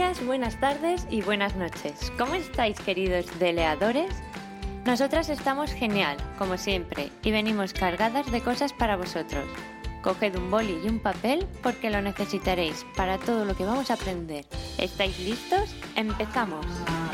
días, buenas tardes y buenas noches. ¿Cómo estáis, queridos deleadores? Nosotras estamos genial, como siempre, y venimos cargadas de cosas para vosotros. Coged un boli y un papel porque lo necesitaréis para todo lo que vamos a aprender. ¿Estáis listos? ¡Empezamos!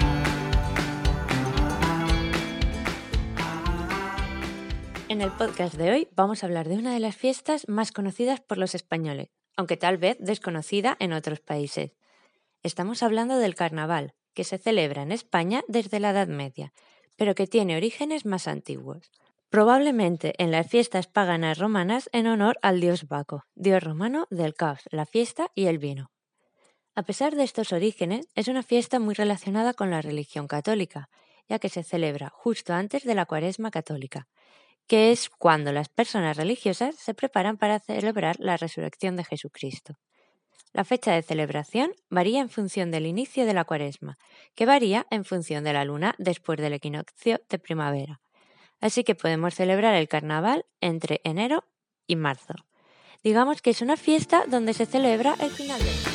En el podcast de hoy vamos a hablar de una de las fiestas más conocidas por los españoles, aunque tal vez desconocida en otros países. Estamos hablando del carnaval, que se celebra en España desde la Edad Media, pero que tiene orígenes más antiguos. Probablemente en las fiestas paganas romanas en honor al dios Baco, dios romano del caos, la fiesta y el vino. A pesar de estos orígenes, es una fiesta muy relacionada con la religión católica, ya que se celebra justo antes de la Cuaresma católica, que es cuando las personas religiosas se preparan para celebrar la resurrección de Jesucristo. La fecha de celebración varía en función del inicio de la Cuaresma, que varía en función de la luna después del equinoccio de primavera. Así que podemos celebrar el carnaval entre enero y marzo. Digamos que es una fiesta donde se celebra el final del año.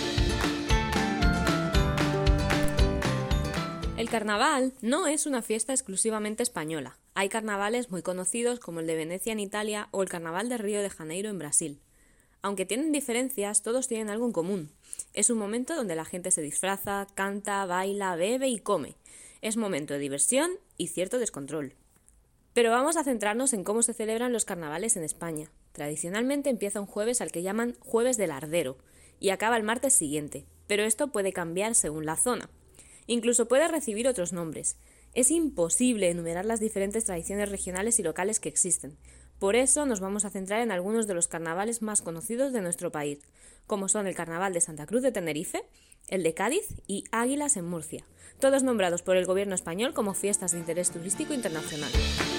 El carnaval no es una fiesta exclusivamente española. Hay carnavales muy conocidos como el de Venecia en Italia o el carnaval de Río de Janeiro en Brasil. Aunque tienen diferencias, todos tienen algo en común. Es un momento donde la gente se disfraza, canta, baila, bebe y come. Es momento de diversión y cierto descontrol. Pero vamos a centrarnos en cómo se celebran los carnavales en España. Tradicionalmente empieza un jueves al que llaman Jueves del Ardero y acaba el martes siguiente, pero esto puede cambiar según la zona. Incluso puede recibir otros nombres. Es imposible enumerar las diferentes tradiciones regionales y locales que existen. Por eso nos vamos a centrar en algunos de los carnavales más conocidos de nuestro país, como son el Carnaval de Santa Cruz de Tenerife, el de Cádiz y Águilas en Murcia, todos nombrados por el gobierno español como fiestas de interés turístico internacional.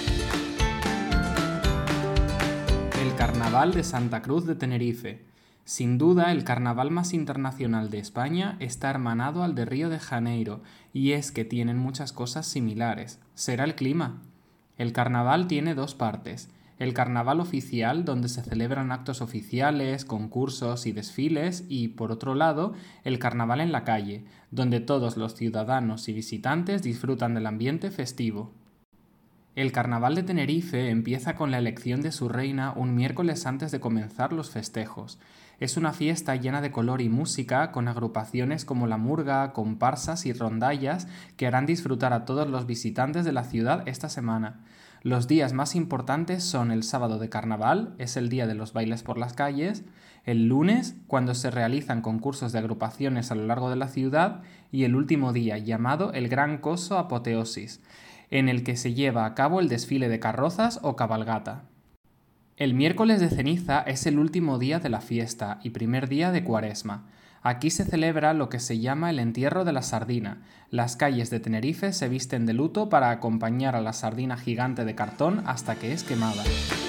El Carnaval de Santa Cruz de Tenerife. Sin duda, el carnaval más internacional de España está hermanado al de Río de Janeiro, y es que tienen muchas cosas similares. Será el clima. El carnaval tiene dos partes. El carnaval oficial, donde se celebran actos oficiales, concursos y desfiles, y, por otro lado, el carnaval en la calle, donde todos los ciudadanos y visitantes disfrutan del ambiente festivo. El carnaval de Tenerife empieza con la elección de su reina un miércoles antes de comenzar los festejos. Es una fiesta llena de color y música, con agrupaciones como la murga, comparsas y rondallas que harán disfrutar a todos los visitantes de la ciudad esta semana. Los días más importantes son el sábado de carnaval, es el día de los bailes por las calles, el lunes, cuando se realizan concursos de agrupaciones a lo largo de la ciudad, y el último día, llamado el Gran Coso Apoteosis, en el que se lleva a cabo el desfile de carrozas o cabalgata. El miércoles de ceniza es el último día de la fiesta y primer día de Cuaresma. Aquí se celebra lo que se llama el entierro de la sardina. Las calles de Tenerife se visten de luto para acompañar a la sardina gigante de cartón hasta que es quemada.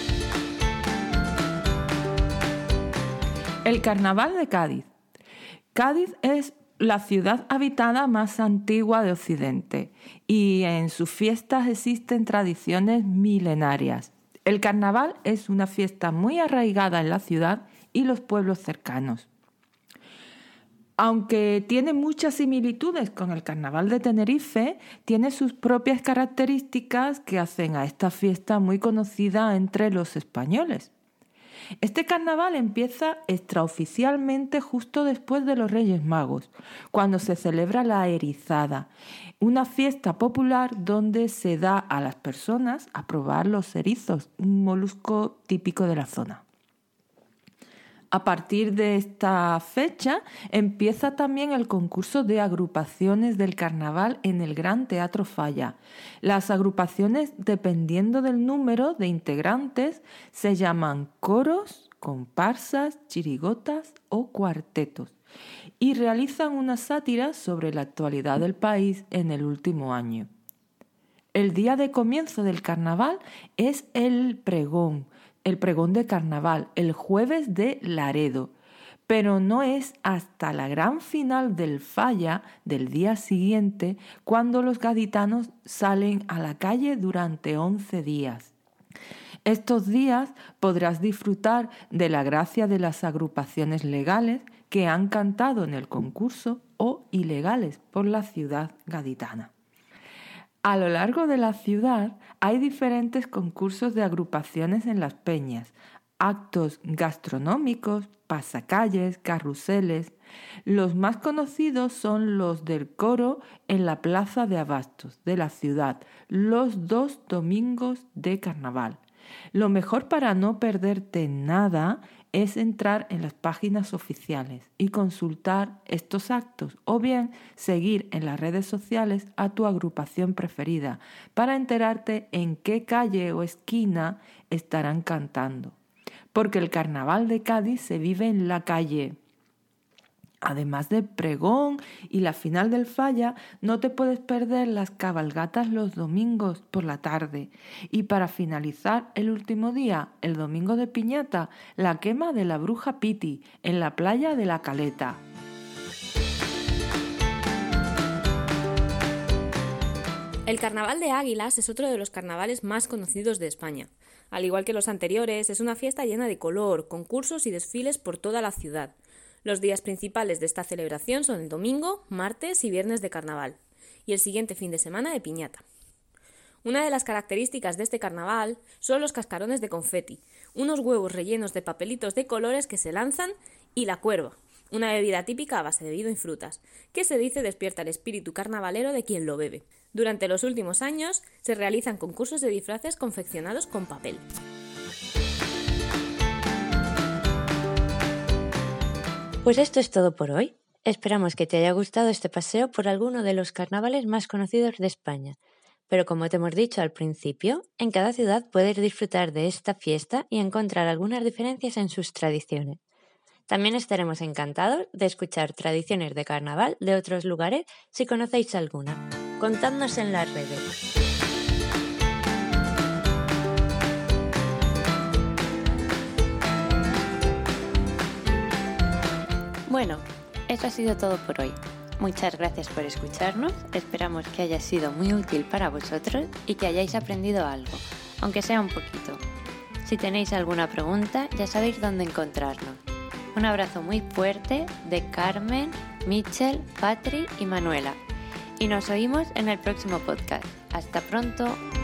El Carnaval de Cádiz. Cádiz es la ciudad habitada más antigua de Occidente y en sus fiestas existen tradiciones milenarias. El carnaval es una fiesta muy arraigada en la ciudad y los pueblos cercanos. Aunque tiene muchas similitudes con el carnaval de Tenerife, tiene sus propias características que hacen a esta fiesta muy conocida entre los españoles. Este carnaval empieza extraoficialmente justo después de los Reyes Magos, cuando se celebra la erizada, una fiesta popular donde se da a las personas a probar los erizos, un molusco típico de la zona. A partir de esta fecha empieza también el concurso de agrupaciones del carnaval en el Gran Teatro Falla. Las agrupaciones, dependiendo del número de integrantes, se llaman coros, comparsas, chirigotas o cuartetos y realizan una sátira sobre la actualidad del país en el último año. El día de comienzo del carnaval es el pregón de carnaval, el jueves de Laredo, pero no es hasta la gran final del Falla del día siguiente cuando los gaditanos salen a la calle durante 11 días. Estos días podrás disfrutar de la gracia de las agrupaciones legales que han cantado en el concurso o ilegales por la ciudad gaditana. A lo largo de la ciudad hay diferentes concursos de agrupaciones en las peñas, actos gastronómicos, pasacalles, carruseles. Los más conocidos son los del coro en la Plaza de Abastos de la ciudad, los 2 domingos de carnaval. Lo mejor para no perderte nada es entrar en las páginas oficiales y consultar estos actos o bien seguir en las redes sociales a tu agrupación preferida para enterarte en qué calle o esquina estarán cantando. Porque el carnaval de Cádiz se vive en la calle. Además del pregón y la final del Falla, no te puedes perder las cabalgatas los domingos por la tarde. Y para finalizar el último día, el domingo de Piñata, la quema de la bruja Piti en la playa de La Caleta. El Carnaval de Águilas es otro de los carnavales más conocidos de España. Al igual que los anteriores, es una fiesta llena de color, concursos y desfiles por toda la ciudad. Los días principales de esta celebración son el domingo, martes y viernes de carnaval, y el siguiente fin de semana de piñata. Una de las características de este carnaval son los cascarones de confeti, unos huevos rellenos de papelitos de colores que se lanzan, y la cuerva, una bebida típica a base de vino y frutas, que se dice despierta el espíritu carnavalero de quien lo bebe. Durante los últimos años se realizan concursos de disfraces confeccionados con papel. Pues esto es todo por hoy. Esperamos que te haya gustado este paseo por alguno de los carnavales más conocidos de España. Pero como te hemos dicho al principio, en cada ciudad puedes disfrutar de esta fiesta y encontrar algunas diferencias en sus tradiciones. También estaremos encantados de escuchar tradiciones de carnaval de otros lugares si conocéis alguna. Contadnos en las redes. Bueno, eso ha sido todo por hoy. Muchas gracias por escucharnos, esperamos que haya sido muy útil para vosotros y que hayáis aprendido algo, aunque sea un poquito. Si tenéis alguna pregunta, ya sabéis dónde encontrarnos. Un abrazo muy fuerte de Carmen, Michel, Patri y Manuela. Y nos oímos en el próximo podcast. ¡Hasta pronto!